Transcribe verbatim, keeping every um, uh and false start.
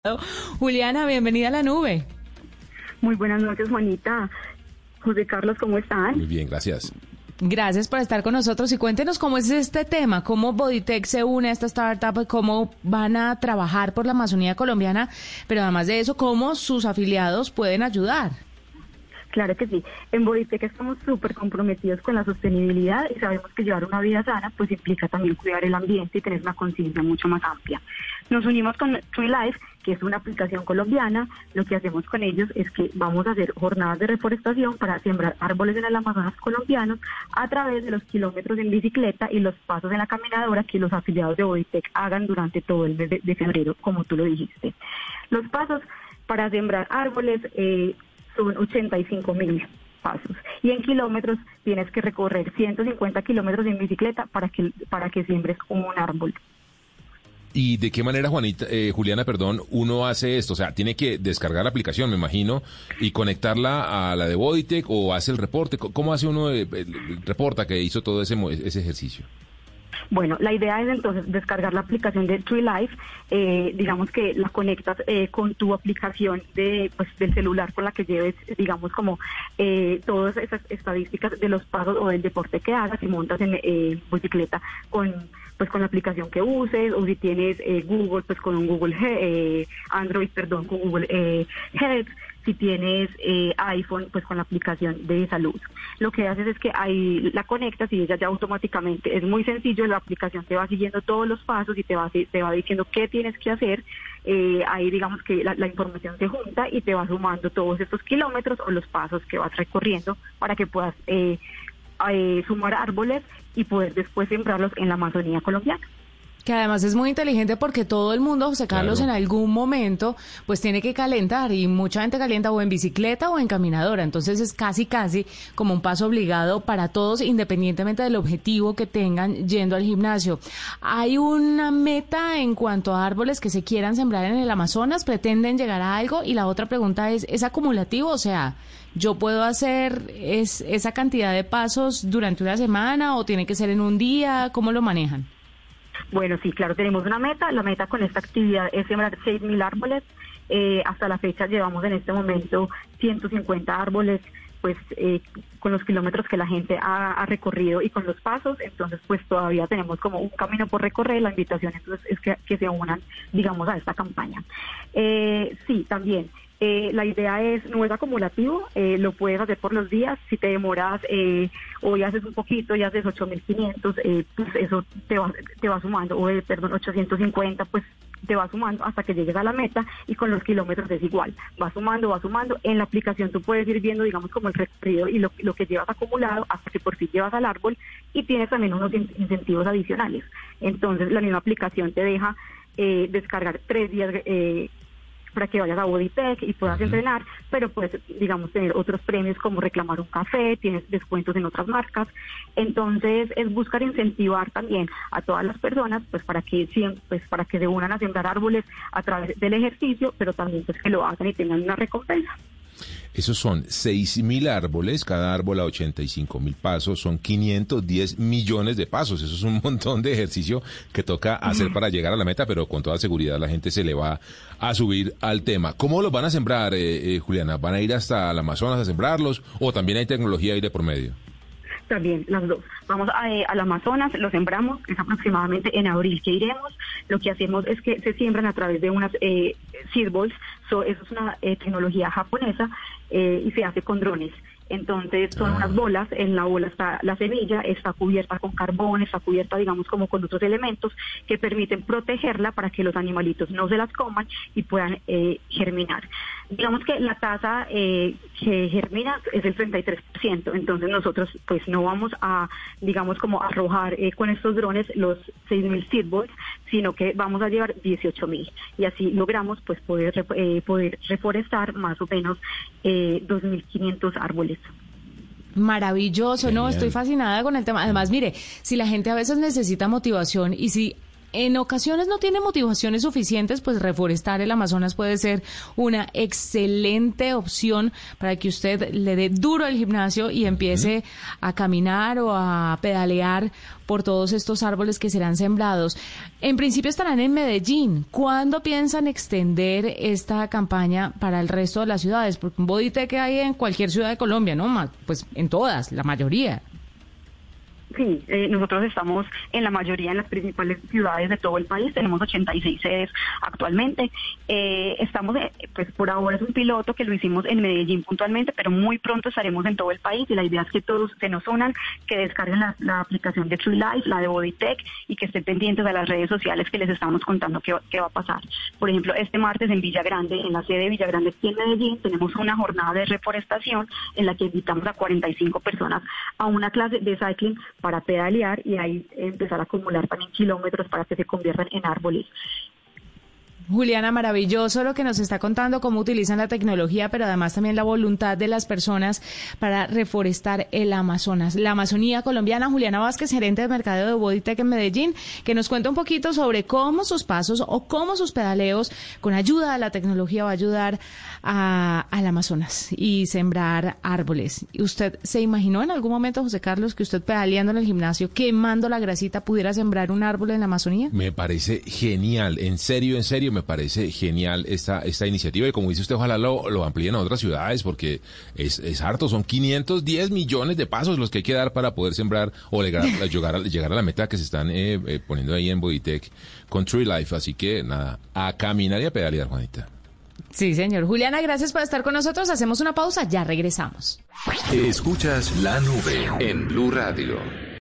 Juliana, bienvenida a la nube. Muy buenas noches, Juanita. José Carlos, ¿cómo están? Muy bien, gracias. Gracias por estar con nosotros y cuéntenos cómo es este tema, cómo Bodytech se une a esta startup, cómo van a trabajar por la Amazonía colombiana, pero además de eso, cómo sus afiliados pueden ayudar. Claro que sí. En Bodytech estamos súper comprometidos con la sostenibilidad y sabemos que llevar una vida sana pues implica también cuidar el ambiente y tener una conciencia mucho más amplia. Nos unimos con Tree Life, que es una aplicación colombiana. Lo que hacemos con ellos es que vamos a hacer jornadas de reforestación para sembrar árboles en el Amazonas colombiano a través de los kilómetros en bicicleta y los pasos en la caminadora que los afiliados de Bodytech hagan durante todo el mes de, de febrero, como tú lo dijiste. Los pasos para sembrar árboles eh, son ochenta y cinco mil pasos y en kilómetros tienes que recorrer ciento cincuenta kilómetros en bicicleta para que para que siembres un árbol. ¿Y de qué manera, Juanita, eh, Juliana, perdón, uno hace esto? O sea, tiene que descargar la aplicación, me imagino, y conectarla a la de Bodytech o hace el reporte. ¿Cómo hace uno, eh, reporta que hizo todo ese, ese ejercicio? Bueno, la idea es entonces descargar la aplicación de Tree Life, eh, digamos que la conectas eh, con tu aplicación de pues del celular con la que lleves, digamos, como eh, todas esas estadísticas de los pasos o del deporte que hagas y montas en eh, bicicleta con pues con la aplicación que uses, o si tienes eh, Google, pues con un Google eh, Android, perdón, con Google eh, Health. Si tienes eh, iPhone, pues con la aplicación de salud. Lo que haces es que ahí la conectas y ella ya automáticamente, es muy sencillo, la aplicación te va siguiendo todos los pasos y te va, te va diciendo qué tienes que hacer. Eh, ahí digamos que la, la información se junta y te va sumando todos estos kilómetros o los pasos que vas recorriendo para que puedas eh, eh, sumar árboles y poder después sembrarlos en la Amazonía colombiana. Que además es muy inteligente porque todo el mundo, José Carlos, claro, en algún momento pues tiene que calentar y mucha gente calienta o en bicicleta o en caminadora, entonces es casi casi como un paso obligado para todos independientemente del objetivo que tengan yendo al gimnasio. ¿Hay una meta en cuanto a árboles que se quieran sembrar en el Amazonas? ¿Pretenden llegar a algo? Y la otra pregunta es, ¿es acumulativo? O sea, ¿yo puedo hacer es, esa cantidad de pasos durante una semana o tiene que ser en un día? ¿Cómo lo manejan? Bueno, sí, claro, tenemos una meta. La meta con esta actividad es sembrar seis mil árboles. Eh, hasta la fecha llevamos en este momento ciento cincuenta árboles, pues eh, con los kilómetros que la gente ha, ha recorrido y con los pasos. Entonces, pues todavía tenemos como un camino por recorrer. La invitación entonces es que, que se unan, digamos, a esta campaña. Eh, sí, también. Eh, la idea es, no es acumulativo, eh, lo puedes hacer por los días. Si te demoras, eh, hoy haces un poquito y haces ocho mil quinientos, eh, pues eso te va, te va sumando, o eh, perdón, ochocientos cincuenta, pues te va sumando hasta que llegues a la meta, y con los kilómetros es igual, va sumando, va sumando. En la aplicación tú puedes ir viendo, digamos, como el recorrido y lo, lo que llevas acumulado hasta que por fin llevas al árbol, y tienes también unos in- incentivos adicionales. Entonces la misma aplicación te deja eh, descargar tres días eh, para que vayas a Bodytech y puedas entrenar, pero puedes, digamos, tener otros premios como reclamar un café, tienes descuentos en otras marcas. Entonces es buscar incentivar también a todas las personas, pues para que pues para que se unan a sembrar árboles a través del ejercicio, pero también pues que lo hagan y tengan una recompensa. Esos son seis mil árboles, cada árbol a ochenta y cinco mil pasos, son quinientos diez millones de pasos. Eso es un montón de ejercicio que toca hacer para llegar a la meta, pero con toda seguridad la gente se le va a subir al tema. ¿Cómo los van a sembrar, eh, eh, Juliana? ¿Van a ir hasta el Amazonas a sembrarlos o también hay tecnología ahí de por medio? También las dos. Vamos a, eh, al Amazonas, lo sembramos, es aproximadamente en abril que iremos. Lo que hacemos es que se siembran a través de unas eh, seed balls, so, eso es una eh, tecnología japonesa, eh, y se hace con drones. Entonces son unas bolas, en la bola está la semilla, está cubierta con carbón, está cubierta, digamos, como con otros elementos que permiten protegerla para que los animalitos no se las coman y puedan eh, germinar. Digamos que la tasa eh, que germina es el treinta y tres por ciento, entonces nosotros pues no vamos a, digamos, como arrojar eh, con estos drones los seis mil seed balls, sino que vamos a llevar dieciocho mil, y así logramos pues poder, eh, poder reforestar más o menos eh, dos mil quinientos árboles. Maravilloso, Genial. No, estoy fascinada con el tema. Además, mire, si la gente a veces necesita motivación y si en ocasiones no tiene motivaciones suficientes, pues reforestar el Amazonas puede ser una excelente opción para que usted le dé duro al gimnasio y empiece a caminar o a pedalear por todos estos árboles que serán sembrados. En principio estarán en Medellín. ¿Cuándo piensan extender esta campaña para el resto de las ciudades? Porque un Body Tech hay en cualquier ciudad de Colombia, ¿no? Pues en todas, la mayoría. Sí, eh, nosotros estamos en la mayoría en las principales ciudades de todo el país, tenemos ochenta y seis sedes actualmente. Eh, estamos, eh, pues por ahora es un piloto que lo hicimos en Medellín puntualmente, pero muy pronto estaremos en todo el país y la idea es que todos se nos unan, que descarguen la, la aplicación de Tree Life, la de Body Tech, y que estén pendientes de las redes sociales que les estamos contando qué, qué va a pasar. Por ejemplo, este martes en Villa Grande, en la sede de Villa Grande aquí en Medellín, tenemos una jornada de reforestación en la que invitamos a cuarenta y cinco personas a una clase de cycling para pedalear y ahí empezar a acumular también kilómetros para que se conviertan en árboles. Juliana, maravilloso lo que nos está contando, cómo utilizan la tecnología, pero además también la voluntad de las personas para reforestar el Amazonas. La Amazonía colombiana. Juliana Vázquez, gerente de mercadeo de Body Tech en Medellín, que nos cuenta un poquito sobre cómo sus pasos o cómo sus pedaleos con ayuda de la tecnología va a ayudar a, al Amazonas y sembrar árboles. ¿Y usted se imaginó en algún momento, José Carlos, que usted pedaleando en el gimnasio, quemando la grasita, pudiera sembrar un árbol en la Amazonía? Me parece genial, en serio, en serio, me parece genial esta esta iniciativa y como dice usted, ojalá lo, lo amplíen a otras ciudades porque es, es harto, son quinientos diez millones de pasos los que hay que dar para poder sembrar o llegar, llegar, a, llegar a la meta que se están eh, eh, poniendo ahí en Body Tech con Tree Life, así que nada, a caminar y a pedalear, Juanita. Sí, señor. Juliana, gracias por estar con nosotros, hacemos una pausa, ya regresamos. Escuchas La Nube en Blue Radio.